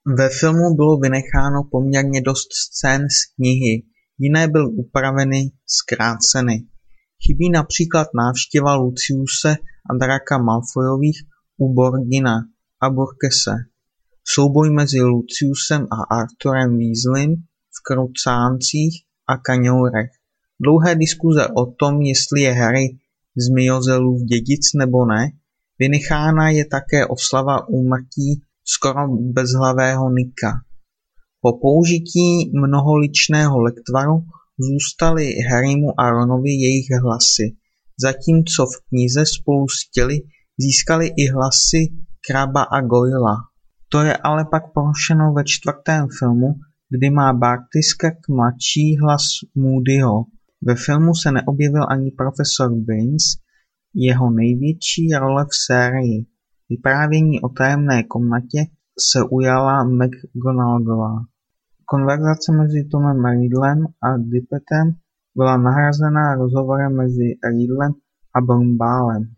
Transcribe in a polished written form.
Ve filmu bylo vynecháno poměrně dost scén z knihy, jiné byly upraveny, zkráceny. Chybí například návštěva Luciuse a Draka Malfoyových u Borgina a Burkese, souboj mezi Luciusem a Arthurem Weasleym v Krucáncích a Kaňourech, dlouhé diskuze o tom, jestli je Harry Zmijozelův dědic nebo ne, vynechána je také oslava úmrtí skoro bezhlavého Nika. Po použití mnoholičného lektvaru zůstaly Harrymu a Ronovi jejich hlasy, zatímco v knize spolu s těly získali i hlasy Crabba a Goyla. To je ale pak porušeno ve 4. filmu, kdy má Barty Skek mladší hlas Moodyho. Ve filmu se neobjevil ani profesor Binns, jeho největší role v sérii. Vyprávění o tajemné komnatě se ujala McGonagallová. Konverzace mezi Tomem Riddlem a Dippetem byla nahrazena rozhovorem mezi Riddlem a Brumbalem.